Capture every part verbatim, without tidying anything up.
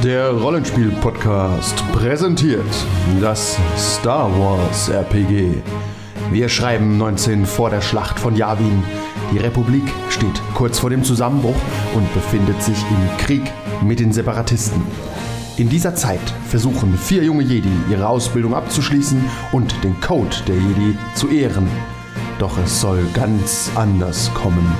Der Rollenspiel-Podcast präsentiert das Star Wars R P G. Wir schreiben neunzehn vor der Schlacht von Yavin. Die Republik steht kurz vor dem Zusammenbruch und befindet sich im Krieg mit den Separatisten. In dieser Zeit versuchen vier junge Jedi ihre Ausbildung abzuschließen und den Code der Jedi zu ehren. Doch es soll ganz anders kommen.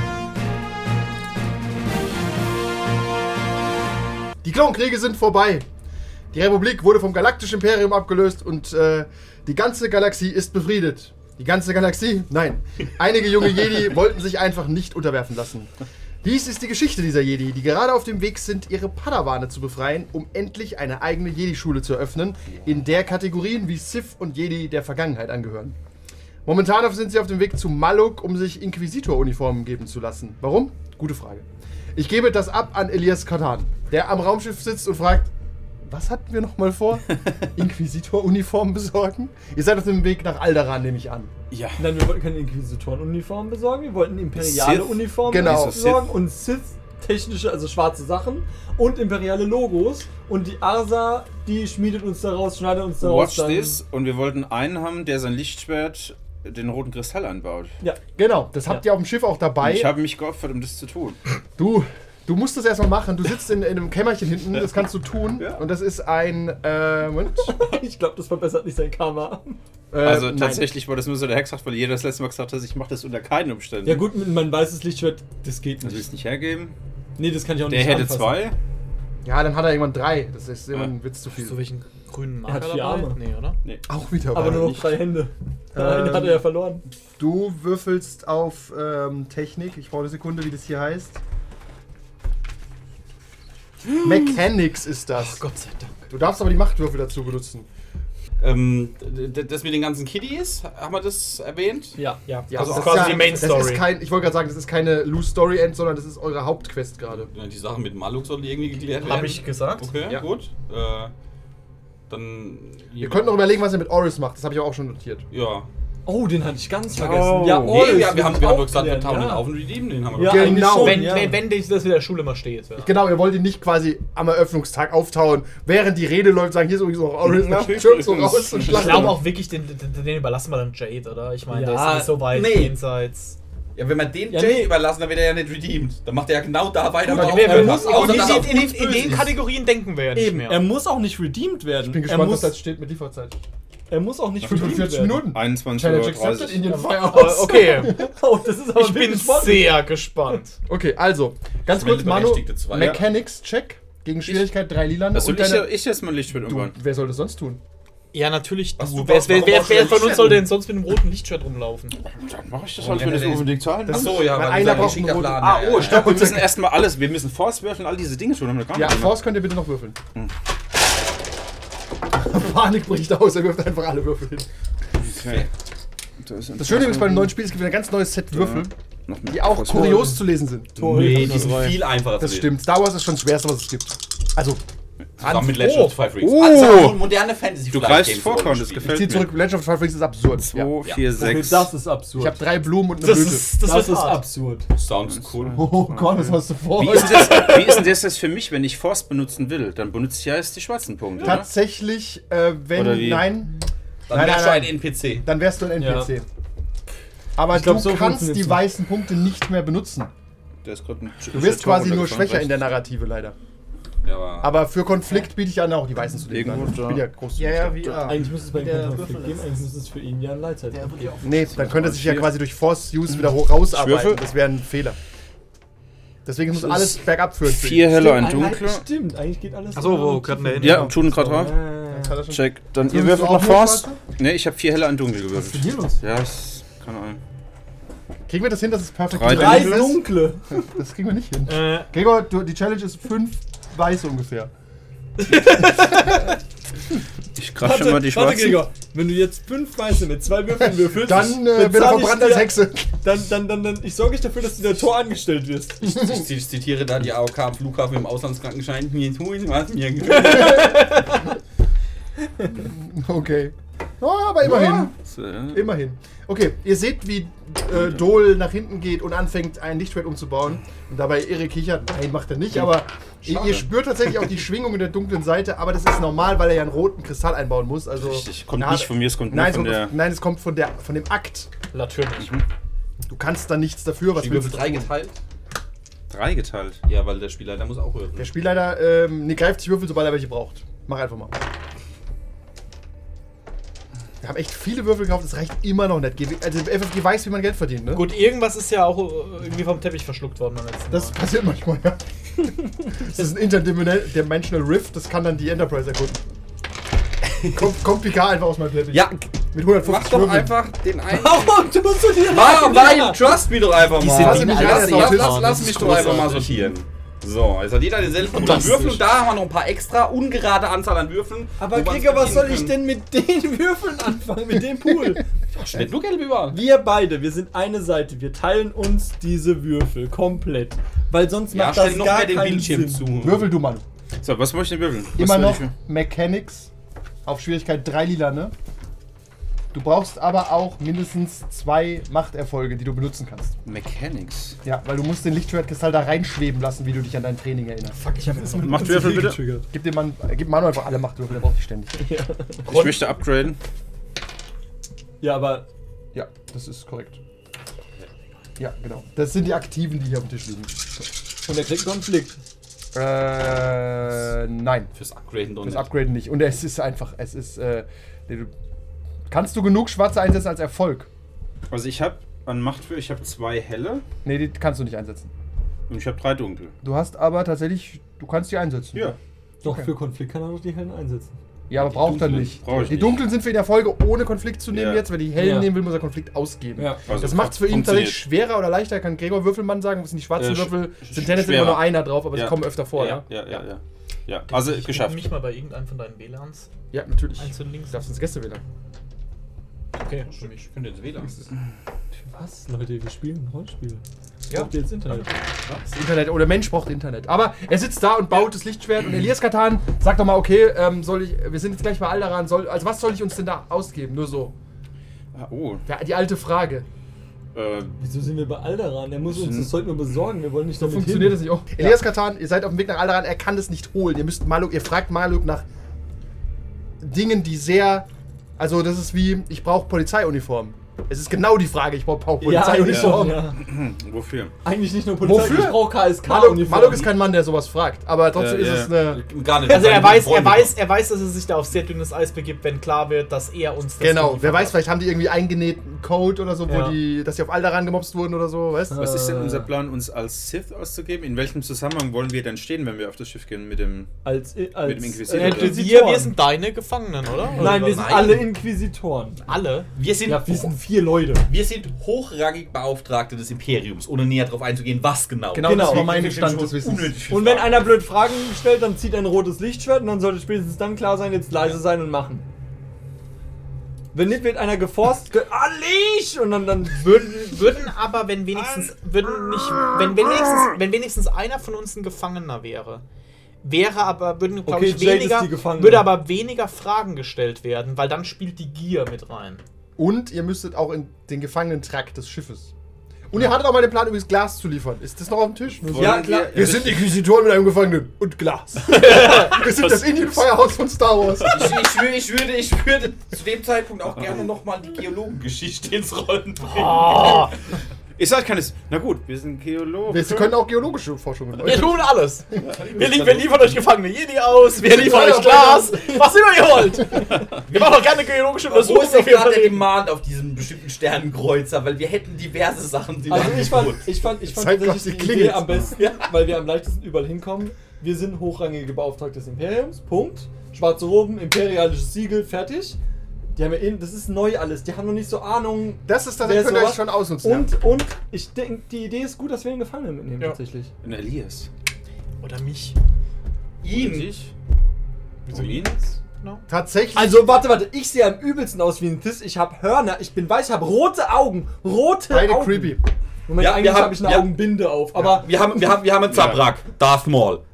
Die Klonkriege sind vorbei. Die Republik wurde vom Galaktischen Imperium abgelöst und äh, die ganze Galaxie ist befriedet. Die ganze Galaxie? Nein. Einige junge Jedi wollten sich einfach nicht unterwerfen lassen. Dies ist die Geschichte dieser Jedi, die gerade auf dem Weg sind, ihre Padawane zu befreien, um endlich eine eigene Jedi-Schule zu eröffnen, in der Kategorien wie Sith und Jedi der Vergangenheit angehören. Momentan sind sie auf dem Weg zu Maluk, um sich Inquisitor-Uniformen geben zu lassen. Warum? Gute Frage. Ich gebe das ab an Elias Katan, der am Raumschiff sitzt und fragt, was hatten wir nochmal vor? Inquisitor-Uniformen besorgen? Ihr seid auf dem Weg nach Alderaan, nehme ich an. Ja. Nein, wir wollten keine Inquisitoren-Uniformen besorgen, wir wollten imperiale Sith. Uniformen Genau. besorgen und Sith-technische, also schwarze Sachen und imperiale Logos. Und die Arsa, die schmiedet uns daraus, schneidet uns daraus. Watch this. Und wir wollten einen haben, der sein Lichtschwert den roten Kristall anbaut. Ja. Genau, das habt Ja. ihr auf dem Schiff auch dabei. Ich habe mich geopfert, um das zu tun. Du, du musst das erstmal machen. Du sitzt in, in einem Kämmerchen hinten, das kannst du tun. Ja. Und das ist ein, äh, Moment. Ich glaube, das verbessert nicht sein Karma. Äh, Also nein. tatsächlich war das nur so der Hexacht, weil jeder das letzte Mal gesagt hat, ich mache das unter keinen Umständen. Ja gut, mit mein weißes Lichtschwert, das geht Das nicht. willst du nicht hergeben. Nee, das kann ich auch Der nicht hätte anfassen. zwei. Ja, dann hat er irgendwann drei. Das ist immer Ja. ein Witz zu viel. Hast du welchen grünen Er hat Marker vier dabei? Arme. Nee, oder? Nee. Auch wieder Aber bei. nur noch drei Hände. Der Ähm, eine hat er ja verloren. Du würfelst auf ähm, Technik. Ich brauche eine Sekunde, wie das hier heißt. Mechanics ist das. Oh, Gott sei Dank. Du darfst aber die Machtwürfel dazu benutzen. Ähm, d- d- das mit den ganzen Kiddies, haben wir das erwähnt? Ja, ja. Ja, Also das quasi ist die Main Das Story. ist kein, ich wollte gerade sagen, das ist keine Loose Story End, sondern das ist eure Hauptquest gerade. Ja, die Sache mit Maluk soll irgendwie geklärt werden. Hab ich gesagt. Okay, Ja. gut. Äh, dann. Ihr könnt noch überlegen, was ihr mit Oris macht. Das habe ich auch schon notiert. Ja. Oh, den hatte ich ganz vergessen. Oh. Ja, Nee, Oris, wir, wir haben, wir haben doch auch gesagt, wir lernen, tauen den ja. auf und redeemen, den haben wir Ja, doch. eigentlich Genau. schon, Wenn, ja. wenn, wenn das in der Schule mal steht. Ja. Genau, ihr wollt ihn nicht quasi am Eröffnungstag auftauen, während die Rede läuft, sagen, hier ist übrigens noch Oris, Na, schirmt so raus und Ich schlacht. glaube auch wirklich, den, den, den überlassen wir dann Jade, oder? Ich meine, der Ja, ist nicht so weit nee. jenseits. Ja, wenn wir den Ja, Jay nee. überlassen, dann wird er ja nicht redeemed. Dann macht er ja genau da weiter, Gut, wo er aber er aufgehört muss hat. auch Außer, In, dass er in, auf in, uns in, in böse den ist. Kategorien denken wir ja nicht Eben, mehr. er muss auch nicht redeemed werden. Ich bin er gespannt, muss, was da steht mit Lieferzeit. Er muss auch nicht redeemed fünfundvierzig werden. Minuten. einundzwanzig Challenge Uhr accepted, dreißig. Indian Aber Firehouse. okay, Oh, das ist aber ich bin wirklich spannend. sehr gespannt. Okay, also, ganz Das ist kurz, meine Manu, berechtigte zwei. Mechanics-Check gegen Schwierigkeit drei Lilane. Das soll und ich, ja- deine, ich jetzt mal Lichtschwert du, umbauen. wer soll das sonst tun? Ja, natürlich Was, du. du Wer, brauchst- wer, warum wer, brauchst du wer denn von uns Lichtschwert? soll denn sonst mit einem roten Lichtschwert rumlaufen? Dann mache ich das Oh, halt, wenn wenn das er den- unbedingt zahlen Das- Ach so, ja, Weil weil einer dieser braucht einen geschickter roten- Plan. Ah, ja, oh, ja. stopp, wir müssen erstmal alles, wir müssen Force würfeln, all diese Dinge tun, haben wir gar Ja, nicht Force könnt ihr bitte noch würfeln. Panik bricht aus, er wirft einfach alle Würfel hin. Okay. Das Schöne ist bei einem neuen Spiel, es gibt ein ganz neues Set Würfel, Noch mehr die auch Force. kurios zu lesen sind. Nee, die sind viel einfacher Das zu stimmt. Star Wars ist schon das Schwerste, was es gibt. Also, Zusammen mit Legend of the Five Rings. Oh. Alles auch so moderne Fantasy Du greifst vor, Con, das ich gefällt zieh mir. zurück, Legend of the Five Rings ist absurd. Ja. zwei, vier, sechs. Das ist absurd. Ich habe drei Blumen und eine Das Blüte. ist, das das wird ist hart. absurd. Sounds cool. Oh Gott, was hast du vor? Wie ist, denn das, wie ist denn das jetzt für mich, wenn ich Force benutzen will? Dann benutze ich ja erst die schwarzen Punkte, oder? Tatsächlich, äh, wenn, Oder wie? nein, Dann Nein, wärst nein, du ein nein. N P C. dann wärst du ein N P C. Aber Ich glaub, du so kannst funktioniert's die nicht. weißen Punkte nicht mehr benutzen. Der ist grad ein Du wirst quasi nur schwächer in der Narrative leider. Ja, aber Aber für Konflikt biete ich an, auch die Weißen zu legen. Irgendwo Ich bin da. ja groß. Ja, ja, wie. Ah. Eigentlich müsste es bei ihm Der keinen Konflikt Würfel geben, ist- eigentlich müsste es für ihn ja ein Leitzeit Der geben. wird ja auch. Nee, dann könnte es sich ja Vier. quasi durch Force-Use wieder ho- rausarbeiten. Würfel? Das wäre ein Fehler. Deswegen muss alles bergab führen. für ihn. Vier helle, ein Stimmt, dunkler. Stimmt, eigentlich geht alles. Achso, wo gehört denn der hin? Ja, tun gerade drauf. Jetzt hat er schon- Check. Dann Würfelst ihr du würfelt auch noch nur Force. schwarze? Ne, ich habe vier helle, ein dunkel Was ist gewürfelt. denn hier los? Ja, ist, keine Ahnung. Kriegen wir das hin, dass es perfekt Drei Drei ist? dunkle. Das kriegen wir nicht hin. Äh, Gregor, du, die Challenge ist fünf Weiße ungefähr. Ich krass schon mal die warte, schwarzen. Gregor. Wenn du jetzt fünf Weiße mit zwei Würfeln würfelst, Dann äh, wird er bezahl ich verbrannt dir- als Hexe. Dann, dann, dann, dann, ich sorge ich dafür, dass du der Tor angestellt wirst. ich, ich, ich zitiere da die A O K am Flughafen im Auslandskrankenschein. Mir tun, was mir gefällt. Okay. Oh, aber immerhin. So, äh, Immerhin. Okay, ihr seht, wie äh, Dol nach hinten geht und anfängt, ein Lichtschwert umzubauen. Und dabei Erik kichert. Nein, macht er nicht, aber ihr, ihr spürt tatsächlich auch die Schwingungen der dunklen Seite, aber das ist normal, weil er ja einen roten Kristall einbauen muss. Also, Richtig, kommt na, nicht von mir, es kommt nein, nur von es der... kommt, nein, es kommt von, der, von dem Akt. Natürlich. Du kannst da nichts dafür. Was Die willst Würfel du? drei geteilt? Drei geteilt. Ja, weil der Spielleiter muss auch würfeln. Der Spielleiter ähm, nee, greift sich Würfel, sobald er welche braucht. Mach einfach mal. Wir haben echt viele Würfel gekauft, das reicht immer noch nicht. G W also F F G weiß, wie man Geld verdient, ne? Gut, irgendwas ist ja auch äh, irgendwie vom Teppich verschluckt worden beim letzten Das Mal. passiert manchmal, ja. Das ist ein Interdimensional Rift, das kann dann die Enterprise erkunden. Kommt, kommt Picard einfach aus meinem Teppich. Ja, Mit mach hundertfünfzig doch Würfeln. einfach den einen. Warum tust du dir Warum? Nein, trust me doch einfach mal. sind die nicht lass, alle lass, Autisten? lass, lass mich doch einfach mal sortieren. So, jetzt hat jeder denselben Würfel und da haben wir noch ein paar extra ungerade Anzahl an Würfeln. Aber wo man's Krieger, was soll bedienen ich denn mit den Würfeln anfangen, mit dem Pool? können. Steht nur gelb überall. Wir beide, wir sind eine Seite, wir teilen uns diese Würfel komplett. Weil sonst Ja, macht stell das noch gar mehr den keinen Bildschirm Sinn. zu. Würfel du, Mann. So, was möchte ich denn würfeln? Was Immer soll noch ich für- Mechanics auf Schwierigkeit drei lila, ne? Du brauchst aber auch mindestens zwei Machterfolge, die du benutzen kannst. Mechanics. Ja, weil du musst den Lichtschwertkristall da reinschweben lassen, wie du dich an dein Training erinnerst. Fuck, ich hab jetzt mal Machtwürfel bitte. getriggert. Gib dem Mann, gib Manu einfach alle Machtwürfel, der braucht die ständig. Ich möchte upgraden. Ja, aber Ja, das ist korrekt. Ja, genau. Das sind die Aktiven, die hier auf dem Tisch liegen. und der kriegt Konflikt. Äh, nein. Fürs Upgraden doch Das nicht. Upgraden nicht. Und es ist einfach, es ist, äh, du, kannst du genug Schwarze einsetzen als Erfolg? Also ich habe an Machtwürfel, ich habe zwei helle Nee, die kannst du nicht einsetzen. und ich habe drei dunkle. Du hast aber tatsächlich, du kannst die einsetzen. Ja. Doch, Okay. für Konflikt kann er doch die Hellen einsetzen. Ja, aber braucht er dunklen nicht. brauch ich Die nicht. dunklen sind für ihn Erfolge ohne Konflikt zu nehmen Ja. jetzt. Wenn die hellen Ja. nehmen will, muss er Konflikt ausgeben. Ja. Also Das macht es für ihn funktioniert. tatsächlich schwerer oder leichter. Kann Gregor Würfelmann sagen, was sind die schwarzen Äh, sch- Würfel? sch- Sind tendenziell schwerer. immer nur einer drauf, aber sie Ja. kommen öfter vor, ja? Ja, ja, ja. Ja, also ich geschafft. mich mal bei irgendeinem von deinen W L A Ns. Ja, natürlich. Eins und links. Du darfst ins Gäste-W L A N. Okay, für mich. Ich finde jetzt W L A N. Was? Leute, wir spielen ein Rollenspiel. Ja. Braucht ihr jetzt Internet? Das Internet, oder Mensch braucht Internet. Aber er sitzt da und baut das Lichtschwert und Elias Katan sagt doch mal, okay, ähm, soll ich, wir sind jetzt gleich bei Alderan, soll, also was soll ich uns denn da ausgeben? Nur so. Ah, oh. Ja, die alte Frage. Äh, Wieso sind wir bei Alderan? Der muss uns das Zeug nur besorgen. Wir wollen nicht So damit funktioniert hin. das nicht auch. Elias Katan, ihr seid auf dem Weg nach Alderan, er kann das nicht holen. Ihr müsst Maluk, ihr fragt Maluk nach Dingen, die sehr, also das ist wie, ich brauche Polizeiuniform. Es ist genau die Frage, ich brauche Ja, eigentlich Polizeiuniform. schon, ja. wofür? Eigentlich nicht nur Polizei, Wofür? ich brauche K S K. Maluk, Maluk ist kein Mann, der sowas fragt, aber trotzdem Äh, ist ja. es eine... Gar nicht. Also er Seine weiß, er Freunde weiß, er weiß, dass er sich da auf sehr dünnes Eis begibt, wenn klar wird, dass er uns das Genau, geliefert wer weiß, hat. vielleicht haben die irgendwie eingenähten Code oder so, wo Ja. die, dass sie auf Alderan gemobst wurden oder so, weißt du? Was ist denn Äh. unser Plan, uns als Sith auszugeben? In welchem Zusammenhang wollen wir denn stehen, wenn wir auf das Schiff gehen mit dem... Als, als Mit dem Inquisitor. äh, Oder? Wir, Inquisitoren. wir sind deine Gefangenen, oder? Nein, oder wir sind Nein. alle Inquisitoren. alle. Wir sind, Ja, wir sind vier Leute. wir sind hochrangig Beauftragte des Imperiums, ohne näher darauf einzugehen, was genau. Genau, Genau. das war mein Ich Stand finde des schon Wissens. unnötig viel Und wenn Fragen. einer blöd Fragen stellt, dann zieht er ein rotes Lichtschwert und dann sollte spätestens dann klar sein, jetzt leise sein und machen. Wenn nicht, wird einer geforst, ge Alish! Und dann, dann Würden, würden aber, wenn wenigstens, würden nicht, wenn, wenn wenigstens, wenn wenigstens einer von uns ein Gefangener wäre, wäre aber, würden, glaube Okay, ich, Jade weniger, ist die Gefangene. würde aber weniger Fragen gestellt werden, weil dann spielt die Gier mit rein. Und ihr müsstet auch in den Gefangenentrakt des Schiffes. Und ihr hattet auch mal den Plan, übrigens Glas zu liefern. Ist das noch auf dem Tisch? Nur so. Ja, klar. Wir sind Inquisitoren mit einem Gefangenen und Glas. Wir sind das Indian-Feuerhaus von Star Wars. Ich, ich, würde, ich, würde, ich würde zu dem Zeitpunkt auch gerne nochmal die Geologengeschichte ins Rollen bringen. Ihr seid keine... Na gut, wir sind Geologen. Wir können auch geologische Forschungen. Wir tun alles. Wir, lie wir liefern euch Gefangene Jedi aus, wir liefern euch Glas, was immer ihr wollt. Wir machen auch gerne geologische Wo ist Untersuchungen denn auf jeden gerade der Fall. Demand auf diesem bestimmten Sternenkreuzer? Weil wir hätten diverse Sachen, die Also wir ich fand, angeboten. ich fand, ich fand Zeigt tatsächlich doch, die die klingelt. Idee am besten, weil wir am leichtesten überall hinkommen. Wir sind hochrangige Beauftragte des Imperiums, Punkt. Schwarze Roben, imperialisches Siegel, fertig. Die haben ja in, das ist neu alles, die haben noch nicht so Ahnung. Das ist wer tatsächlich, könnt ihr euch sowas- schon ausnutzen. Und, und ich denke, die Idee ist gut, dass wir den Gefangenen mitnehmen, Ja. tatsächlich. Ein Elias. Oder mich. ihn. Ich? Wieso ihn? Genau. Tatsächlich. Also, warte, warte, ich sehe am übelsten aus wie ein Thiss. Ich habe Hörner, ich bin weiß, ich habe rote Augen. Rote beide Augen. creepy. Moment, Ja, wir eigentlich haben- habe ich eine ja. Augenbinde auf, aber Wir haben, wir haben, wir haben einen Zabrak, Darth Maul.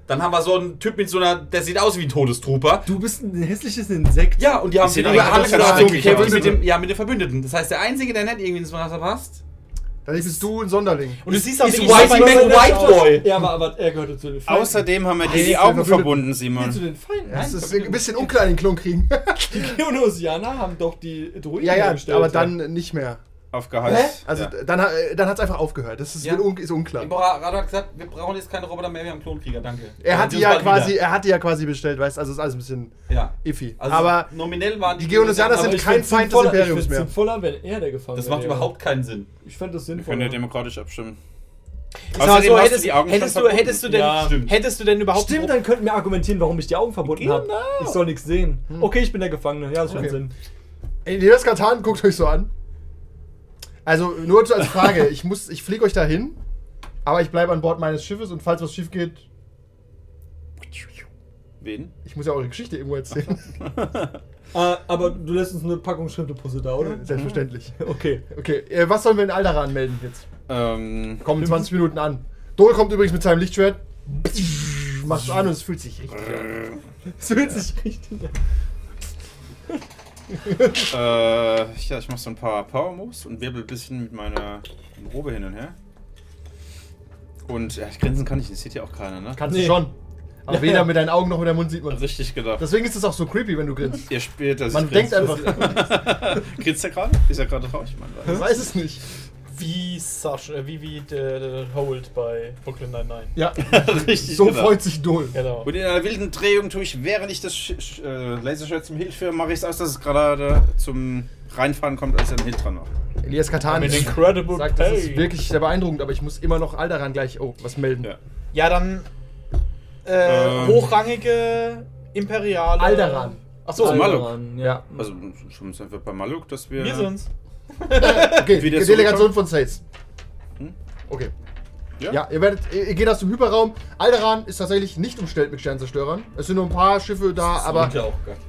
Dann haben wir so einen Typ mit so einer, der sieht aus wie ein Todestrooper. Du bist ein hässliches Insekt. Ja, und die haben sieht über eigentlich alles ganz so wirklich gekämpft aus. mit dem, ja, mit den Verbündeten. Das heißt, der Einzige, der nicht irgendwie ins Wasser passt, Dann bist du ein Sonderling. Und du siehst auch ist wirklich Whitey so- Mac White Boy. Ja, aber, aber er gehörte zu den Feinden. Außerdem haben wir dir Hey, die Augen Verbündeten. verbunden, Nee, Simon. zu den Feinden. Das Nein, ist ein bisschen unklar, den Klon kriegen. die Geonosianer haben doch die Druiden ja, ja, hergestellt. aber dann nicht mehr. Auf Gehalt. Hä? Also ja. dann, ha- dann hat es einfach aufgehört. Das ist, Ja. un ist unklar. Rado hat gesagt, wir brauchen jetzt keine Roboter mehr, wir haben Klonkrieger, danke. Er hat Die die uns ja bald quasi, wieder. er hat die ja quasi bestellt, weißt du, also ist alles ein bisschen Ja. iffy. Also aber nominell waren die Geonosianer Aber sind ich kein find's Feind des sinnvoller- Imperiums ich find's mehr. sinnvoller, wenn er der Gefangene Das macht wäre. überhaupt keinen Sinn. Ich fand das Wir können sinnvoller. ja demokratisch abstimmen. Ich sag mal Außerdem so, hast du hättest, die Augen hättest, schon du, verbunden. hättest, du denn, Ja, stimmt. hättest du denn überhaupt... Stimmt, dann könnten wir argumentieren, warum ich die Augen verbunden Genau. habe. Ich soll nichts sehen. Okay, ich bin der Gefangene. Ja, das macht Okay. Sinn. Ey, das Katan, guckt euch so an. Also nur als Frage, ich muss, ich fliege euch dahin, aber ich bleibe an Bord meines Schiffes und falls was schief geht, Wen? ich muss ja eure Geschichte irgendwo erzählen. Ah, aber du lässt uns eine Packung Schrimpepusse da, oder? Selbstverständlich. Okay. Okay, äh, was sollen wir in Alderan melden jetzt? Ähm, Kommen zwanzig Minuten an. Dol kommt übrigens mit seinem Lichtschwert. Machst du an und es fühlt sich richtig an. Es fühlt sich richtig an. äh, ja, ich mach so ein paar Power Moves und wirbel ein bisschen mit meiner Robe hin und her. Und ja, grinsen kann ich, das sieht ja auch keiner, ne? Kannst Nee. du schon. Aber Ja. weder mit deinen Augen noch mit deinem Mund sieht man. Richtig gedacht. Deswegen ist es auch so creepy, wenn du grinst. Ihr spielt das. Man ich denkt grinse. einfach, Grinst er gerade? Ist er gerade traurig? Man weiß. ich weiß es nicht. Wie Sascha, äh, wie, wie der, der Holt bei Brooklyn Nine-Nine. Ja, Richtig so gedacht. freut sich Dol. Genau. Und in einer wilden Drehung tue ich, während ich das Sch Sch äh, Laserschwert zum Hilt führe, mache ich es aus, dass es gerade zum Reinfahren kommt, als er einen Hit dran macht. Elias Katan Mit incredible sagt, das ist pay. wirklich sehr beeindruckend, aber ich muss immer noch Alderan gleich, oh, was melden. Ja. Ja, dann äh, Ähm. hochrangige Imperiale... Alderan. Achso, Also Maluk. Alderan, Ja. Also schon sind wir bei Maluk, dass wir... wir sind's. Okay, Wie der die so Delegation von Sates. Hm? Okay. Ja? Ja, ihr, werdet, ihr ihr geht aus dem Hyperraum. Alderan ist tatsächlich nicht umstellt mit Sternzerstörern. Es sind nur ein paar Schiffe da, aber Ja auch geil.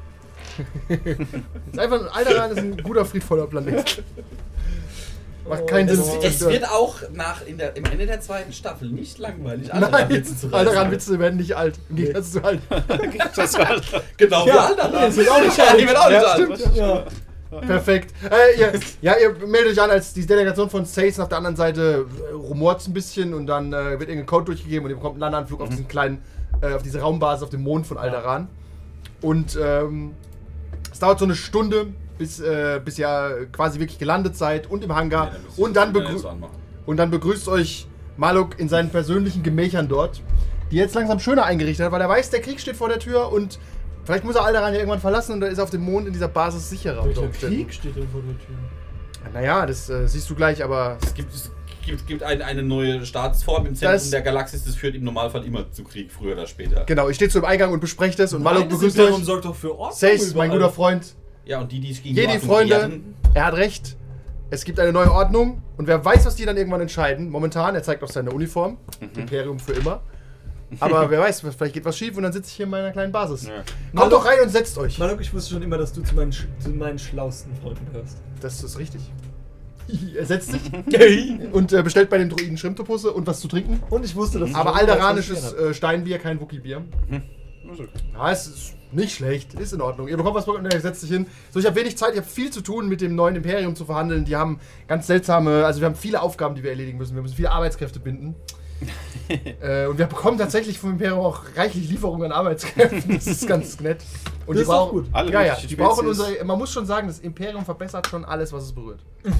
ist einfach, Alderan ist ein guter, friedvoller Planet. Macht keinen Es, Sinn, sie zu es zerstören. wird auch nach in der, im Ende der zweiten Staffel nicht langweilig, Alderan-Witze zu Nein, reißen. Alderan-Witze werden nicht alt. Im Gegensatz zu alt. Das war Genau, wie Ja, Alderan. die sind auch nicht Ja, die wird auch nicht Ja, alt. stimmt. Ja. Perfekt. Äh, ihr, ja, ihr meldet euch an, als die Delegation von Sace auf der anderen Seite äh, rumort ein bisschen und dann äh, wird irgendein Code durchgegeben und ihr bekommt einen Landeanflug auf diesen kleinen, äh, auf diese Raumbasis auf dem Mond von Alderan. Und ähm, es dauert so eine Stunde, bis, äh, bis ihr quasi wirklich gelandet seid und im Hangar. Und dann, begrü und dann begrüßt euch Maluk in seinen persönlichen Gemächern dort, die jetzt langsam schöner eingerichtet hat, weil er weiß, der Krieg steht vor der Tür und vielleicht muss er Alderan ja irgendwann verlassen und dann ist er auf dem Mond in dieser Basis sicherer. unter Welcher Umständen. Krieg steht denn vor der Tür? Naja, das äh, siehst du gleich, aber Es gibt, es gibt, gibt eine, eine neue Staatsform im Zentrum Das- der Galaxis, das führt im Normalfall immer zu Krieg, früher oder später. genau, ich stehe so im Eingang und bespreche das und Maluk Meines begrüßt Imperium euch. sorgt doch für Ordnung Sace, mein überall. guter Freund. Ja, und die, die es gegen Jedi, Ordnung Freunde, wehren, er hat recht. Es gibt eine neue Ordnung und wer weiß, was die dann irgendwann entscheiden. Momentan, er zeigt auch seine Uniform. Imperium für immer. Aber wer weiß, vielleicht geht was schief und dann sitze ich hier in meiner kleinen Basis. Ja. Kommt doch rein und setzt euch. Maluk, ich wusste schon immer, dass du zu meinen, sch- zu meinen schlausten Freunden gehörst. Das ist richtig. Er setzt sich und äh, bestellt bei den Druiden Schrimptopusse und was zu trinken. Und ich wusste, dass du Aber schon immer alderanisches was von äh, Steinbier, kein Wookie-Bier. Also, Ja, es ist nicht schlecht, ist in Ordnung. Ihr bekommt was, ihr setzt sich hin. So, ich habe wenig Zeit, ich habe viel zu tun, mit dem neuen Imperium zu verhandeln. Die haben ganz seltsame, also wir haben viele Aufgaben, die wir erledigen müssen. Wir müssen viele Arbeitskräfte binden. äh, und wir bekommen tatsächlich vom Imperium auch reichlich Lieferungen an Arbeitskräften. Das ist ganz nett. Und Das die ist auch brauchen, gut. Alle ja, ja, möglichen die brauchen Spezies. unsere, man muss schon sagen, das Imperium verbessert schon alles, was es berührt.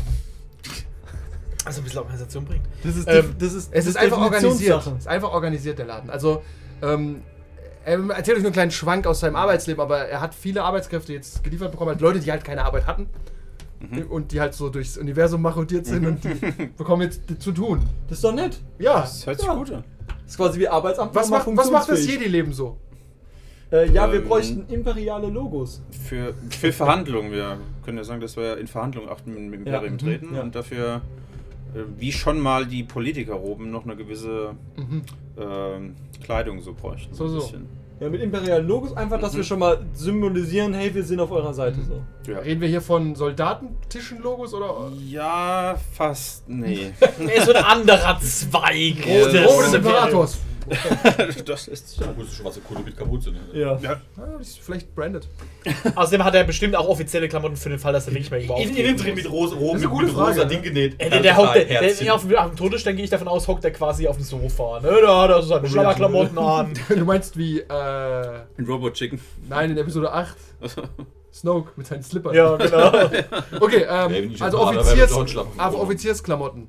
Also ein bisschen Organisation bringt. Das ist, Ähm, das ist, Es ist einfach organisiert. Definitionssache. Es ist einfach organisiert, der Laden. Also, ähm, er erzählt euch nur einen kleinen Schwank aus seinem Arbeitsleben, aber er hat viele Arbeitskräfte jetzt geliefert bekommen, halt Leute, die halt keine Arbeit hatten und die halt so durchs Universum marotiert sind und die bekommen jetzt zu tun. Das ist doch nett. Ja. Das hört sich Ja. gut an. Das ist quasi wie Arbeitsamt. Was nur macht, mal was macht das funktionsfähig. Jedi-Leben so? Äh, ja, wir Ähm, bräuchten imperiale Logos. Für, für Verhandlungen, wir können ja sagen, dass wir in Verhandlungen auch mit dem Imperium Ja, mhm, treten ja. und dafür, äh, wie schon mal die Politikerroben, noch eine gewisse ähm, Kleidung so bräuchten. So, ein so. bisschen. Ja, mit imperialen Logos einfach, dass Mhm. wir schon mal symbolisieren, hey, wir sind auf eurer Seite. So. Ja. Reden wir hier von Soldatentischen-Logos oder? Ja, fast. Nee. Er ist so ein anderer Zweig. Ja, des das Robe des ist- Imperators. Das ist Ja, gut, schwarze Kohle mit Kapuze. Ne? Ja. ja. Ah, die ist vielleicht branded. Außerdem hat er bestimmt auch offizielle Klamotten für den Fall, dass er wirklich mal irgendwo In, auftreten innen drin muss. mit rosa, rosa, Das ist mit, eine gute mit Frage, rosa ne? Ding genäht. Ey, der, der, hockt, der, der, Herzchen. der auf, dem- auf dem Todesstern gehe ich davon aus, hockt der quasi auf dem Sofa. Ne? Da hat er so seine Schlabberklamotten an. Du meinst wie, äh, Ein Robot Chicken. nein, in Episode acht. Snoke mit seinen Slippern. Ja, genau. Okay, Ja, wenn ähm, ich also jetzt mal, da Offiziers, wäre John schlafen. aber Offiziersklamotten.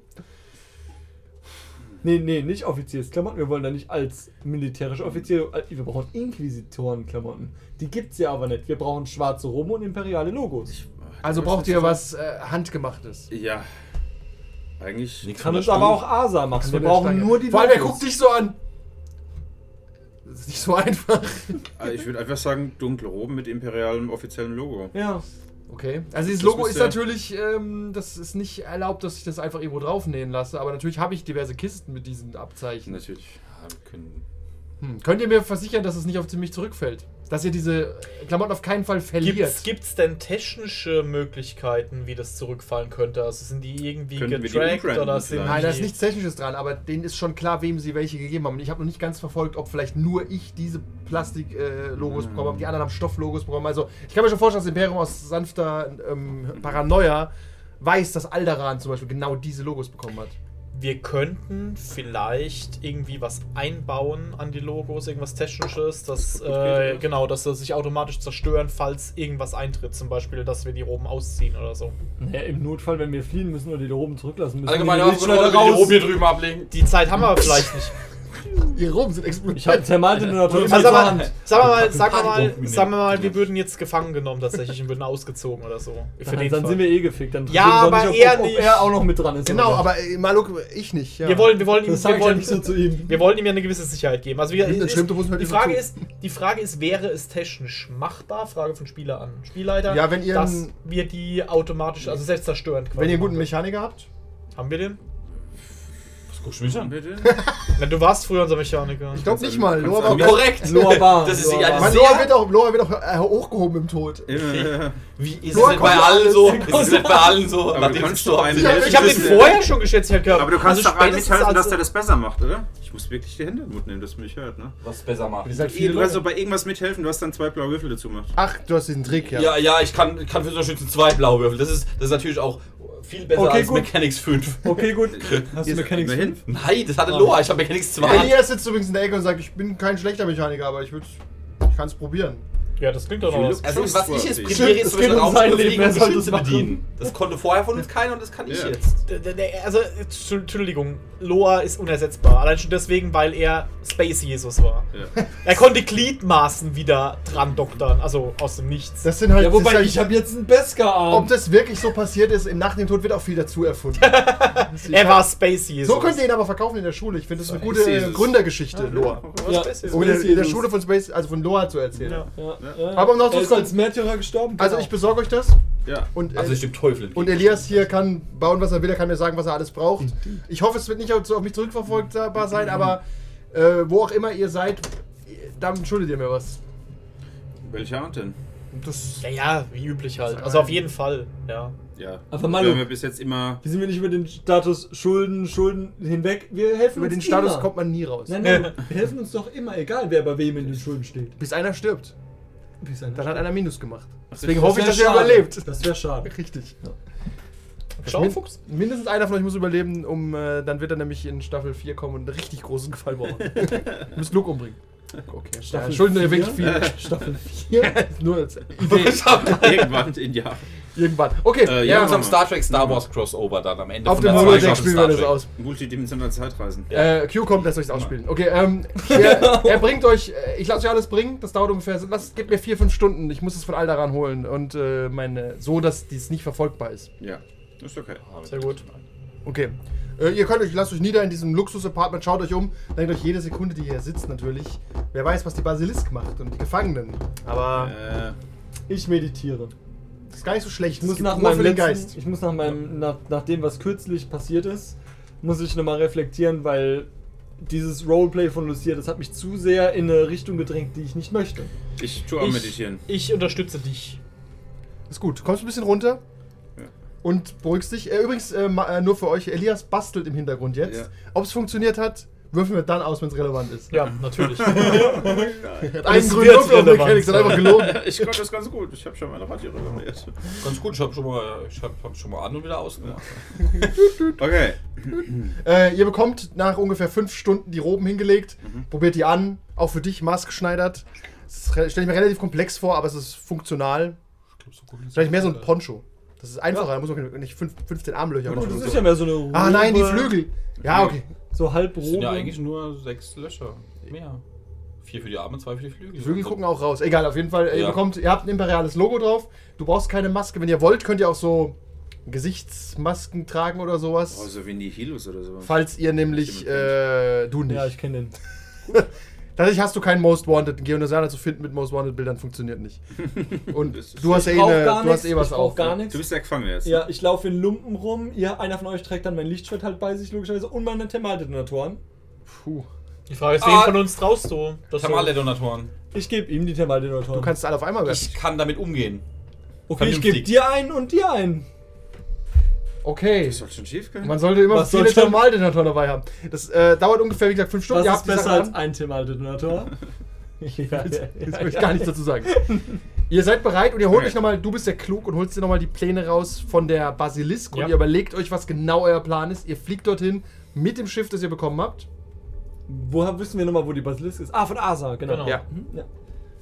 Nee, nee, nicht Offiziersklamotten. Wir wollen da nicht als militärische Offiziere. Wir brauchen Inquisitorenklamotten. Die gibt's ja aber nicht. Wir brauchen schwarze Robe und imperiale Logos. Also braucht ihr was äh, Handgemachtes. Ja. Eigentlich. Nichts Kann von uns der aber Stange. auch Asa machen. Wir Von der brauchen Stange. nur die Vor allem, wer Logos. guckt dich so an? Das ist nicht so einfach. Also ich würde einfach sagen, dunkle Roben mit imperialem offiziellem Logo. Ja. Okay. Also dieses Das Logo müsste- ist natürlich, ähm, das ist nicht erlaubt, dass ich das einfach irgendwo draufnähen lasse, aber natürlich habe ich diverse Kisten mit diesen Abzeichen. Natürlich. Ja, wir können- Hm. Könnt ihr mir versichern, dass es nicht auf mich zurückfällt? Dass ihr diese Klamotten auf keinen Fall verliert? Gibt's, gibt's denn technische Möglichkeiten, wie das zurückfallen könnte? Also sind die irgendwie Könnten wir die getrackt umbranden oder sind vielleicht? Nein, da ist die- nichts Technisches dran, aber denen ist schon klar, wem sie welche gegeben haben. Und ich habe noch nicht ganz verfolgt, ob vielleicht nur ich diese Plastik-Logos Mm. bekommen habe, die anderen haben Stoff-Logos bekommen. Also ich kann mir schon vorstellen, dass Imperium aus sanfter ähm, Paranoia weiß, dass Alderaan zum Beispiel genau diese Logos bekommen hat. Wir könnten vielleicht irgendwie was einbauen an die Logos, irgendwas Technisches, dass, Das gut geht, äh, oder? genau, dass sie sich automatisch zerstören, falls irgendwas eintritt. Zum Beispiel, dass wir die Roben ausziehen oder so. Naja, im Notfall, wenn wir fliehen müssen oder die da oben zurücklassen müssen. Allgemeine die Waffenkontrolle, Lichtschalter die oben hier drüben ablegen. Die Zeit haben wir vielleicht nicht. Ihre Roben sind explodiert. Ich habe zermalte Donatoren Also, zur aber, Hand. sagen wir mal, sagen wir mal, Partypumpen sagen wir mal, nehmen. wir würden jetzt gefangen genommen tatsächlich und würden ausgezogen oder so. Für Dann, den dann Fall. sind wir eh gefickt. Dann Ja, wissen wir aber ob, er ob, ob nicht. er auch noch mit dran ist. Genau, oder? aber äh, Maluk, ich nicht. Ja. Wir wollen, wir wollen ihm, Das sag wir ich ja wollen, nicht so zu ihm. wir wollen ihm ja eine gewisse Sicherheit geben. Also wie, Dann ist, stimmt, du musst halt die immer Frage zu. ist, die Frage ist, wäre es technisch machbar? Frage von Spieler an Spielleiter. Ja, wenn ihr dass einen- wir die automatisch, also selbst zerstören quasi Wenn ihr einen guten machen. Mechaniker habt. Haben wir den? Was guckst du mich an? Bitte? Na, du warst früher unser Mechaniker. Ich glaube nicht mal. Kannst Loa du- war, Korrekt. Loa war. Das ist Loa ja war. mein sehr... Loa wird auch, Loa wird auch äh, hochgehoben im Tod. Äh, Wie ist Loa es nicht bei konnte allen alles. so? Ist es nicht bei allen so? Aber Nachdem du kannst es doch einen so- helfen. Ich habe den Das- vorher schon geschätzt gehabt. aber du kannst also doch einen spätestens mithelfen, dass als- der das besser macht, oder? Ich muss wirklich die Hände in den Mund nehmen, dass du mich hört, ne? Was besser macht. Ihr seid Du viele kannst doch Leute. bei irgendwas mithelfen, du hast dann zwei blaue Würfel dazu gemacht. Ach, du hast diesen Trick, ja. Ja, ja, ich kann, kann für so Schützen zwei Blauwürfel. Das ist, das ist natürlich auch viel besser Okay, als gut. Mechanics fünf. Okay, gut. Hast du Mechanics Immerhin. fünf? Nein, das hatte Loa. Ich habe Mechanics zwei. Elias sitzt übrigens in der Ecke und sagt, ich bin kein schlechter Mechaniker, aber ich würde, ich kann es probieren. Ja, das klingt doch noch was. Also was ich jetzt Stimmt, präferiere, ist es zum Beispiel geht um sein Raumschiffe Leben, fliegen wer und soll Geschütze das machen? bedienen. Das konnte vorher von uns keiner und das kann ich Ja. jetzt. Der- der- der- Also, Entschuldigung, Loa ist unersetzbar. Allein schon deswegen, weil er Space Jesus war. Ja. Er konnte Gliedmaßen wieder dran doktern, also aus dem Nichts. Das sind halt. Ja, das ist wobei halt, ich habe jetzt einen Beskar-Arm. ob das wirklich so passiert ist, im nach dem Tod wird auch viel dazu erfunden. Er war Space Jesus. So könnt ihr ihn aber verkaufen in der Schule. Ich finde, das ist eine gute Jesus. äh, Gründergeschichte, Loa. Er war Ja. Space Jesus. Um in der, in der Jesus. Schule von Space, also von Loa zu erzählen. Ja. Ja, ja. Aber um noch er ist zu- als Märtyrer gestorben. Also genau. ich besorge euch das. Ja. Und, äh, Also ich dem Teufel entgegen. und Elias hier kann bauen, was er will. Er kann mir sagen, was er alles braucht. Ich hoffe, es wird nicht auf auf mich zurückverfolgbar sein, aber äh, wo auch immer ihr seid, dann schuldet ihr mir was. Welche Art denn? Das, Ja, ja, wie üblich halt. Also auf jeden Fall, ja. Ja. Aber Wir Malu, haben ja bis jetzt immer. hier sind wir nicht über den Status Schulden, Schulden hinweg. Wir helfen über uns den Status immer. kommt man nie raus. Nein, nein, wir helfen uns doch immer, egal wer bei wem in den Schulden steht. Bis einer stirbt. Bis einer Dann hat einer Minus gemacht. Das Deswegen Das hoffe ich, wär dass ihr schade. überlebt. Das wäre schade. Richtig. Schaufuchs? Mindestens einer von euch muss überleben, um äh, dann wird er nämlich in Staffel vier kommen und einen richtig großen Gefallen brauchen. Du musst Luke umbringen. Okay. Staffel ja, Schulden ja vier? wirklich viel. Staffel vier. Nur als Irgendwann in Jahren. irgendwann. Okay, Äh, Ja, ja, unserem Mama. Star Trek Star Wars Crossover dann am Ende auf von dem der Holodeck zweiten spielen wir Staffel das Star Trek. aus. Multidimensionale Zeitreisen. Äh, Q kommt, lasst euch das ausspielen. Okay, ähm, er, er bringt euch, äh, ich lasse euch alles bringen, das dauert ungefähr, lasst, gebt mir vier, fünf Stunden, ich muss es von Alderaan holen und äh, meine, so, dass dies nicht verfolgbar ist. Ja. Ist okay. Sehr gut. Okay. Äh, ihr könnt euch, lasst euch nieder in diesem Luxus-Apartment, schaut euch um, denkt euch jede Sekunde, die ihr sitzt natürlich, wer weiß, was die Basilisk macht und die Gefangenen. Aber Äh, ich meditiere. Das ist gar nicht so schlecht, Ich das muss gibt nach Ruhe meinem für den letzten, Geist. ich muss nach meinem, nach, nach dem, was kürzlich passiert ist, muss ich nochmal reflektieren, weil dieses Roleplay von Lucia, das hat mich zu sehr in eine Richtung gedrängt, die ich nicht möchte. ich tue auch Ich, meditieren. ich unterstütze dich. Ist gut, kommst ein bisschen runter Ja. und beruhigst dich. Äh, übrigens, äh, ma- äh, nur für euch, Elias bastelt im Hintergrund jetzt. Ja. Ob es funktioniert hat, würfeln wir dann aus, wenn es relevant ist. Ja, natürlich. Er hat einen Es grünen wird Würfel auf relevant Mechanics, hat einfach gelogen. Ich konnte das ganz gut. Ich habe schon meine Radierer gemacht. Ganz gut, ich hab schon mal, ich hab, hab schon mal an und wieder ausgemacht. Okay. Äh, ihr bekommt nach ungefähr fünf Stunden die Roben hingelegt, Mhm. probiert die an, auch für dich maßgeschneidert. Das stelle ich mir relativ komplex vor, aber es ist funktional. Vielleicht mehr so ein Poncho. Das ist einfacher, da muss man nicht fünf, fünfzehn Armlöcher Oh, machen. das und ist so. ja mehr so eine Robe. Ah nein, die Flügel. Ja, okay. So halb Das sind ja Robe. eigentlich nur sechs Löcher. Mehr. Vier für die Arme, zwei für die Flügel. Die Flügel gucken auch raus. Egal, auf jeden Fall. Ihr, Ja. bekommt, ihr habt ein imperiales Logo drauf. Du brauchst keine Maske. Wenn ihr wollt, könnt ihr auch so Gesichtsmasken tragen oder sowas. Oh, so wie in die Helos oder so. Falls ihr nämlich, äh, du nicht. Ja, ich kenne den. Tatsächlich hast du keinen Most Wanted. Ein Geonosaner zu finden mit Most Wanted Bildern funktioniert nicht. Und Das ist- du hast ja eh, brauch eine, gar du hast nichts, eh was ich brauch auf. gar Du nichts. bist der Gefangene jetzt. Ja, ich laufe in Lumpen rum. Ihr, einer von euch trägt dann mein Lichtschwert halt bei sich, logischerweise. Und meine Thermaldetonatoren. Puh. Die Frage ist, Ah. wen von uns traust du? Das so- Thermaldetonatoren. Ich gebe ihm die Thermaldetonatoren. Du kannst alle auf einmal werfen. Ich kann damit umgehen. okay, ich vernünftig. gebe dir einen und dir einen. Okay. Das soll schon schief gehen. Man sollte immer Was viele soll schon- Thermaldetonatoren dabei haben. Das äh, dauert ungefähr, wie gesagt, fünf Stunden. Was Ihr ist habt die besser Sachen als an. ein Thermaldetonator? ja, ja, Jetzt ja, möchte ich ja. gar nichts dazu sagen. Ihr seid bereit und ihr holt Okay. euch nochmal, du bist ja klug und holst dir nochmal die Pläne raus von der Basilisk Ja. und ihr überlegt euch, was genau euer Plan ist. Ihr fliegt dorthin mit dem Schiff, das ihr bekommen habt. Woher wissen wir nochmal, wo die Basilisk ist? Ah, von Asa, genau. Genau. Ja. Mhm, ja.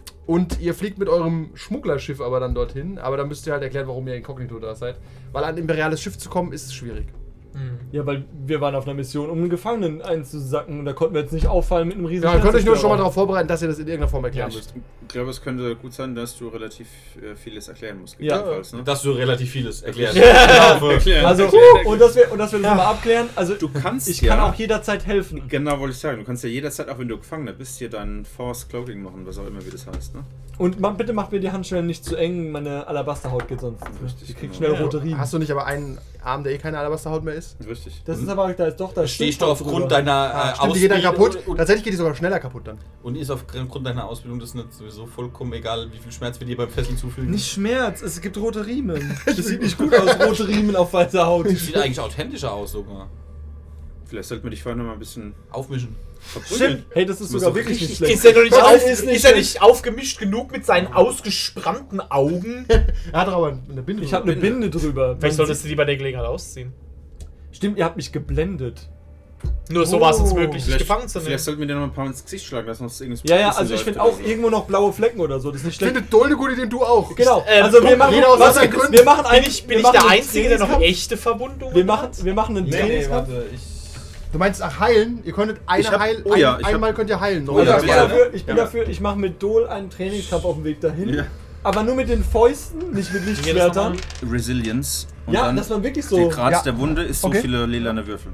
Und ihr fliegt mit eurem Schmugglerschiff aber dann dorthin. Aber dann müsst ihr halt erklären, warum ihr inkognito da seid. Weil an ein imperiales Schiff zu kommen, ist schwierig. Hm. Ja, weil wir waren auf einer Mission, um einen Gefangenen einzusacken und da konnten wir jetzt nicht auffallen mit einem riesigen Ja, ihr könnt euch nur schon mal Sternzerstörer. darauf vorbereiten, dass ihr das in irgendeiner Form erklären Ich müsst. glaube, es könnte gut sein, dass du relativ äh, vieles erklären musst. Ja. gegebenenfalls, ne? Dass du relativ vieles erklärst. Erklären. Also, Erklären. und dass wir, und dass wir das mal abklären, also Du kannst ich ja, kann auch jederzeit helfen. genau wollte ich sagen, du kannst ja jederzeit, auch wenn du Gefangener bist, hier dein Force Cloaking machen, was auch immer wie das heißt, ne? Und man, bitte macht mir die Handschellen nicht zu eng, meine Alabasterhaut geht sonst. Richtig, Die kriegt genau. schnell Ja. rote Riemen. Hast du nicht aber einen Arm, der eh keine Alabasterhaut mehr ist? Richtig. Das ist aber, da ist doch, da Stehst du drüber. aufgrund deiner Ah, äh, stimmt, die geht dann Ausbildung kaputt. und, Tatsächlich geht die sogar schneller kaputt dann. und ist aufgrund deiner Ausbildung das nicht sowieso vollkommen egal, wie viel Schmerz wir dir beim Fesseln zufügen. Nicht Schmerz, es gibt rote Riemen. Das sieht nicht gut aus, rote Riemen auf weißer Haut. Sieht eigentlich authentischer aus sogar. Vielleicht sollten wir dich vorher noch mal ein bisschen Aufmischen. verprügeln. Hey, das ist Du musst sogar doch wirklich nicht richtig- schlecht. Ist er, noch nicht Das auf, ist ist, nicht er schlecht. nicht aufgemischt genug mit seinen ausgesprannten Augen? Er hat doch aber eine Binde. Ich habe eine Binde drüber. Vielleicht Man solltest du die bei der Gelegenheit ausziehen. sieht- Stimmt, ihr habt mich geblendet. Nur so war es uns Oh. möglich, dich Vielleicht, gefangen zu nehmen. vielleicht sollten wir dir noch mal ein paar ins Gesicht schlagen, dass uns irgendwas Ja, ja, wissen also ich läuft finde oder auch so. irgendwo noch blaue Flecken oder so. Das ist nicht Ich schlecht. finde Dole eine gute Idee, du auch. Genau. Ähm, Also wir machen, jeder aus was, anderen Gründen. wir machen Bin ein, ich, bin wir ich machen der einen Einzige, der noch Trainingskampf. echte Verwundungen Wir machen, hat? wir machen einen Nee, nee, Trainingskampf. warte, ich. Du meinst, ach, heilen? Ihr könntet eine Ich hab- heil, oh ja, ein, ich hab- einmal könnt ihr heilen. Oh oder? ja, ich bin gerne. dafür, ich, bin Ja. dafür, ich mache mit Dol einen Trainingskampf auf dem Weg dahin. Ja. Aber nur mit den Fäusten, nicht mit Lichtschwertern. Resilience. Und Ja, dann das war wirklich der so. Grad Ja. der Wunde ist so Okay. viele lilane Würfel.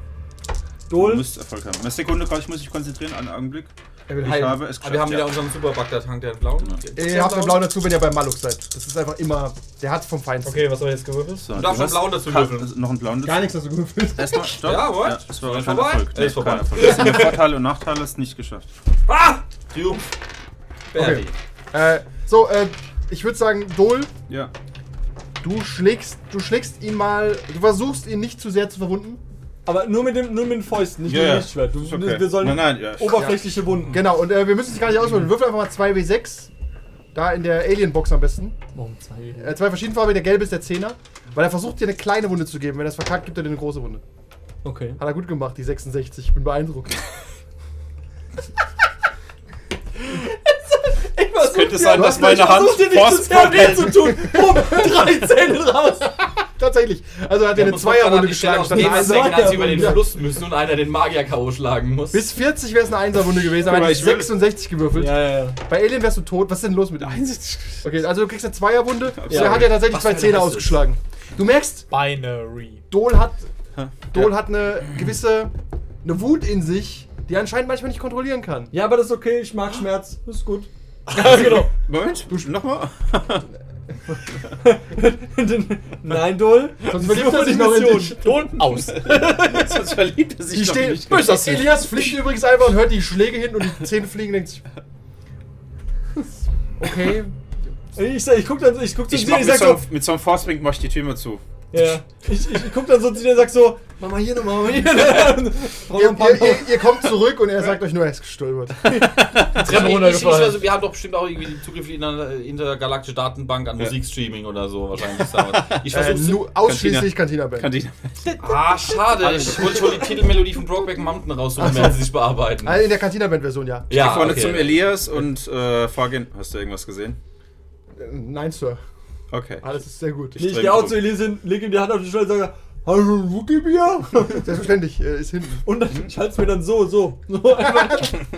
Du Dol, musst Erfolg haben. Eine Sekunde, gerade, ich muss mich konzentrieren, einen Augenblick. Er will Ich heilen. habe es Aber wir haben ja. wieder unseren Super Bagdad-Tank, der hat blauen. Ihr habt einen blauen dazu, wenn ihr bei Maluk seid. Das ist einfach immer. Der hat vom Feinsten. Okay, was soll jetzt gewürfelt? So, Du darfst hast- einen blauen dazu hast- würfeln. Noch einen blauen dazu. Gar nichts hast du gewürfelt. Erstmal, stopp. Ja, what? Ja, das war Ist kein vorbei? Erfolg. Äh, ist vorbei. kein Erfolg. Das sind die Vorteile und Nachteile, ist nicht geschafft. Ah! Triumph. Okay. Äh, so, äh, ich würde sagen, Dol, Ja. du schlägst, du schlägst ihn mal. Du versuchst ihn nicht zu sehr zu verwunden. aber nur mit, dem, nur mit den Fäusten, nicht Ja, mit ja. dem Lichtschwert. Du, Ist okay. Wir sollen Nein, nein, ja. oberflächliche Wunden. Genau, und äh, wir müssen es gar nicht auswählen. Würfel einfach mal zwei W sechs. Da in der Alien-Box am besten. Warum zwei? Äh, zwei verschiedenfarbige, der gelbe ist der Zehner. Weil er versucht dir eine kleine Wunde zu geben. Wenn er es verkackt, gibt er dir eine große Wunde. Okay. Hat er gut gemacht, die sechsundsechzig. Ich bin beeindruckt. Ich versuch Könnte dir- sein, dass hast meine nicht Hand versuch dir nicht Force zu sehr weh hält. zu tun. Um drei Zähne raus. Tatsächlich. Also er hat dir eine Zweierwunde geschlagen statt eine Einser, Einser. als sie über den Ja. Fluss müssen und einer den Magier K O schlagen muss. Bis vierzig wäre es eine Einserwunde gewesen, aber Guck er mal, hat ich will- sechsundsechzig gewürfelt. Ja, ja, ja. Bei Alien wärst du tot. Was ist denn los mit ihm? Okay, also du kriegst eine Zweierwunde. Ja. Er hat ja tatsächlich Was zwei für eine Zähne heißt es? ausgeschlagen. Du merkst, Binary. Dol hat, Dol hat eine gewisse eine Wut in sich, die er anscheinend manchmal nicht kontrollieren kann. Ja, aber das ist okay, ich mag Schmerz. Das ist gut. genau. Moment, du nochmal. Nein, Dol. Sonst verliebt er sich noch in dich. Und aus. Sonst verliebt er sich Die doch stehen. nicht. Böser Elias fliegt übrigens einfach und hört die Schläge hin und die Zähne fliegen und denkt sich. Okay. Ich, sag, ich guck dann, ich guck zu Ich dir, mach ich mit sag so, einem- so, mit so einem Force-Wink mach ich die Tür mal zu. Ja. Ich, ich guck dann so zu dir und sag so, mach mal hier noch, mach mal hier noch. Brauch Ihr, noch ein paar ihr, ihr, ihr kommt zurück und er sagt euch nur, er ist gestolpert. Treppe Ich, runtergefallen. ich, also, wir haben doch bestimmt auch irgendwie Zugriff in eine intergalaktische Datenbank an Ja. Musikstreaming oder so wahrscheinlich. Ich Äh, versuch's nur ausschließlich Cantina-Band. Cantina. Ah, schade. Ich wollte schon die Titelmelodie von Brokeback Mountain raussuchen, während sie sich bearbeiten. Also in der Cantina-Band-Version, ja. Ja, Geh vorne okay. zum Elias und äh, frag ihn, hast du irgendwas gesehen? Äh, Nein, Sir. Okay. Alles ist sehr gut. Ich geh auch zu Elise hin, leg ihm die Hand auf die Schulter und sage, hast du ein Wookie-Bier? Selbstverständlich, äh, ist hinten. Und dann, ich halt's mir dann so, so. so einfach.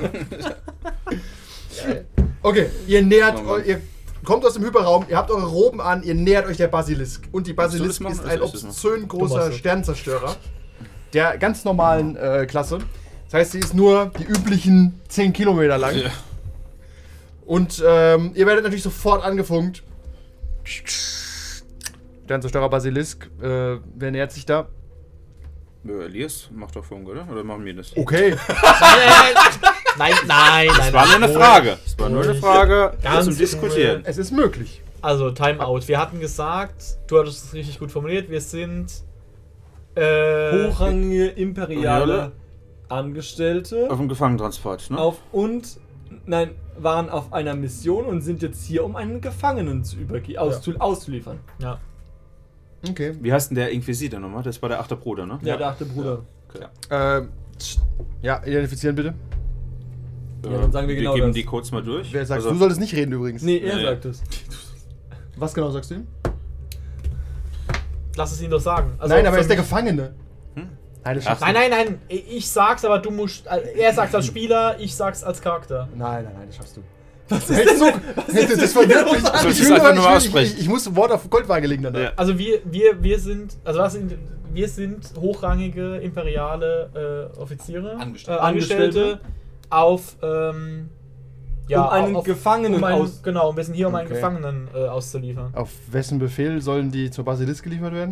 Okay, ihr nähert, Oh Mann. ihr kommt aus dem Hyperraum, ihr habt eure Roben an, ihr nähert euch der Basilisk. Und die Willst du Basilisk das machen? ist Also ein ich das machen. obszön Du großer machst das. Sternzerstörer. Der ganz normalen äh, Klasse. Das heißt, sie ist nur die üblichen zehn Kilometer lang. Ja. Und ähm, ihr werdet natürlich sofort angefunkt. Sternzerstörer Basilisk, äh, wer nähert sich da? Ja, Elias macht doch Funk, oder? Oder machen wir das? Okay. Nein, nein, nein. Das war nur eine Frage. Das war nur eine Frage Ganz zum Diskutieren. Es ist möglich. Also, Timeout. Wir hatten gesagt, du hattest es richtig gut formuliert, wir sind äh, Hochrangige imperiale Angestellte Auf dem Gefangenentransport, ne? auf und nein, waren auf einer Mission und sind jetzt hier, um einen Gefangenen zu überge auszu auszuliefern. Ja. Okay. Wie heißt denn der Inquisitor nochmal? Das war der achte Bruder, ne? Ja, der achte Bruder. Ähm, ja, identifizieren bitte. Ja, dann sagen wir genau geben das. die Codes mal durch. Wer sagt, Also- du solltest nicht reden übrigens. Nee, er Nee. sagt es. Was genau sagst du ihm? Lass es ihn doch sagen. Also Nein, aber er für ist der mich- Gefangene. Hm? Nein, das Ach. schaffst du Nein, nein, nein. Ich sag's, aber du musst. Er sagt's als Spieler, ich sag's als Charakter. nicht. Nein, nein, nein, das schaffst du. Was ist denn so? Was ist Das denn verwirrt mich. Du sollst Ich es will einfach nur- nur ich will- aussprechen. Ich, ich muss ein Wort auf Goldwaage legen danach. Ja. Also wir, wir, wir sind. Also was sind. Wir sind hochrangige imperiale äh, Offiziere, Angestellte. Äh, Angestellte auf. Ähm, ja, Um einen auf, Gefangenen um einen, aus- Genau, wir sind hier, um einen Okay. Gefangenen äh, auszuliefern. Auf wessen Befehl sollen die zur Basilisk geliefert werden?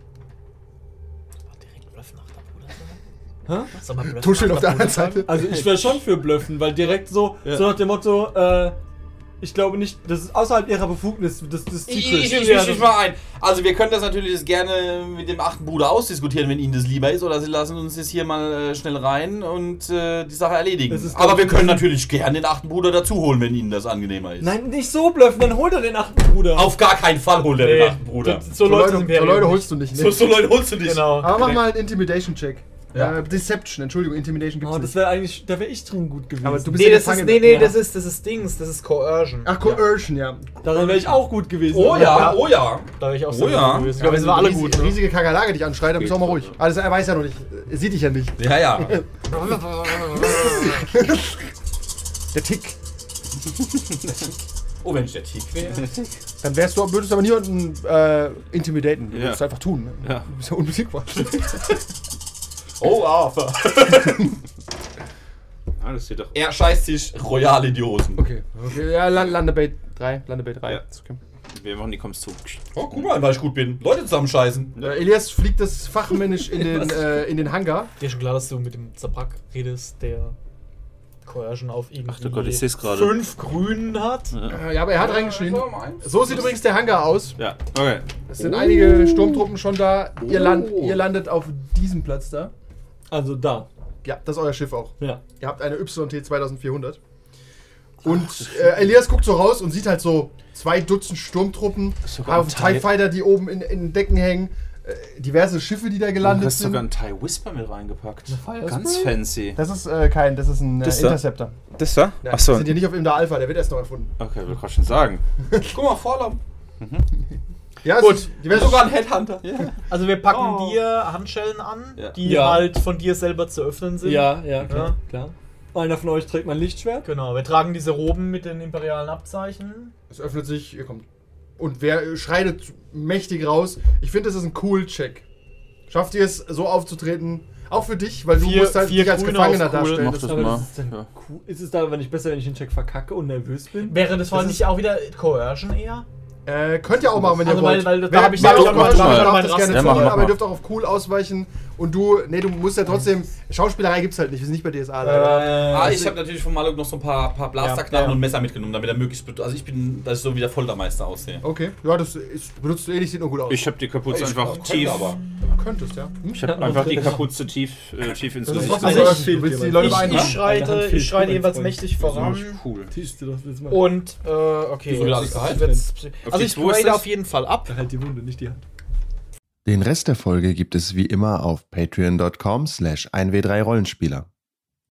Direkt Bluff nach der Bruder. Hä? Soll man Bluff Tuscheln nach auf der anderen Bruder Seite. Also ich wäre schon für Blöffen, weil direkt so, so nach dem Motto, äh, ich glaube nicht, das ist außerhalb ihrer Befugnis, das, das Ich, Secret. ich, ich, ich, ich mal ein. Also wir können das natürlich das gerne mit dem achten Bruder ausdiskutieren, wenn Ihnen das lieber ist, oder Sie lassen uns jetzt hier mal äh, schnell rein und äh, die Sache erledigen. Das ist, Aber glaub wir ich, können ein natürlich gerne den achten Bruder dazu holen, wenn Ihnen das angenehmer ist. Nein, nicht so blöffen, dann holt er den achten Bruder. Auf gar keinen Fall holt er Nee, den achten Bruder. So, so So Leute, Leute, so Leute holst du nicht. So, Ne? so Leute holst du dich. Genau. Aber mach mal einen Intimidation-Check. Ja. Äh, Deception, Entschuldigung, Intimidation gibt's Oh, das nicht. wäre eigentlich, da wäre ich drin gut gewesen. Aber du bist Nee, ja das ist, Gefangene. nee, nee, Ja. das ist, das ist Dings, das ist Coercion. Ach, Coercion, ja. Daran wäre ich auch gut gewesen. Oh ja, oh ja. Da wäre ich auch Oh sehr ja. gut gewesen. Ja, Aber wenn wir so sind alle eine gut. riesige, Ne? riesige Kakerlake dich anschreit, dann bist du auch mal ruhig. Also er weiß ja noch nicht. Er sieht dich ja nicht. Ja, ja. Der Tick. Oh, wenn ich der Tick wäre. Dann wärst du, würdest du aber niemanden äh, intimidaten. Du Ja. würdest einfach tun. Ne? Ja. Du bist ja unbesiegbar. Oh, Arthur. Ah, das steht doch. Er scheißt sich royal in die Hosen. Okay. Okay, ja, Land Landebait drei. Landebait drei. Ja. Ist okay. Wir machen die kommst zu. Oh, guck mal, weil ich gut bin. Leute zusammenscheißen. Äh, Elias fliegt das fachmännisch in den, äh, in den Hangar. Dir ist schon klar, dass du mit dem Zabrak redest, der Coercion auf irgendwie Ach du Gott, ich seh's gerade. fünf Grünen hat. Äh, ja, aber er hat reingeschrien. Ja, meins. So sieht übrigens der Hangar aus. Ja, okay. Es sind einige Sturmtruppen schon da. Ihr, Oh. land, ihr landet auf diesem Platz da. Also da. Ja, das ist euer Schiff auch. Ja. Ihr habt eine Y T zweitausendvierhundert. Und äh, Elias guckt so raus und sieht halt so zwei Dutzend Sturmtruppen, Sogar auf ein TIE TIE. Fighter, die oben in, in Decken hängen, äh, diverse Schiffe, die da Du gelandet hast sogar sind. einen TIE Whisper mit reingepackt. Fire Ganz Spray? fancy. Das ist äh, kein, das ist ein äh, Das da? Interceptor. Das da? Ja, Achso. Wir sind hier nicht auf in der Alpha, der wird erst noch erfunden. Okay, will gerade schon sagen. Guck mal, Vorlauf. Ja, Gut. es ist diverse Sogar ein Headhunter. Also wir packen Oh. dir Handschellen an, Ja. die Ja. halt von dir selber zu öffnen sind. Ja, ja, klar, Ja. klar. Einer von euch trägt mein Lichtschwert. Genau, wir tragen diese Roben mit den imperialen Abzeichen. Es öffnet sich, ihr kommt. Und wer äh, schreitet mächtig raus? Ich finde, das ist ein cool Check. Schafft ihr es, so aufzutreten? Auch für dich, weil du Vier- musst halt vier dich als Grüne Gefangener auf cool. darstellen. Mach Das- das Aber mal. das ist, dann Ja. cool. Ist es da aber nicht besser, wenn ich den Check verkacke und nervös bin? Wäre das, Das nicht ist- auch wieder Coercion eher? Äh, könnt ihr auch machen, wenn ihr Also, wollt. weil- weil da Wer- hab ich wer ja auch schon immer mal schon dran- darf mein das Rast- gerne Ja, zocken, mach, mach aber ihr mal. dürft auch auf cool ausweichen. Und du, nee, du musst ja trotzdem, Schauspielerei gibt's halt nicht, wir sind nicht bei D S A. leider. Ah, ich habe natürlich von Maluk noch so ein paar, paar Blasterknarren Ja, ja. und Messer mitgenommen, damit er möglichst. bet- Also ich bin, dass ich so wie der Foltermeister aussehe. Okay, ja, das ist, benutzt du eh nicht, sieht nur gut aus. Ich habe die Kapuze Ich einfach könnte tief. aber. könntest, ja. Hm? Ich habe einfach die Kapuze tief, äh, tief ins Das ist Gesicht. trotzdem Also so, ich- du willst die Leute Ich, ich beeindrucken. schreite, Eine Hand ich schreite fehlt, jeweils mein mächtig Das voran. ist cool. Siehst du das jetzt mal? Und, äh, okay. Wieso wieder jetzt- alles jetzt gehalten? wird's- Also ich wo ist grade das? auf jeden Fall ab. Halt die Wunde, nicht die Hand. Den Rest der Folge gibt es wie immer auf patreon dot com slash eins w drei Rollenspieler.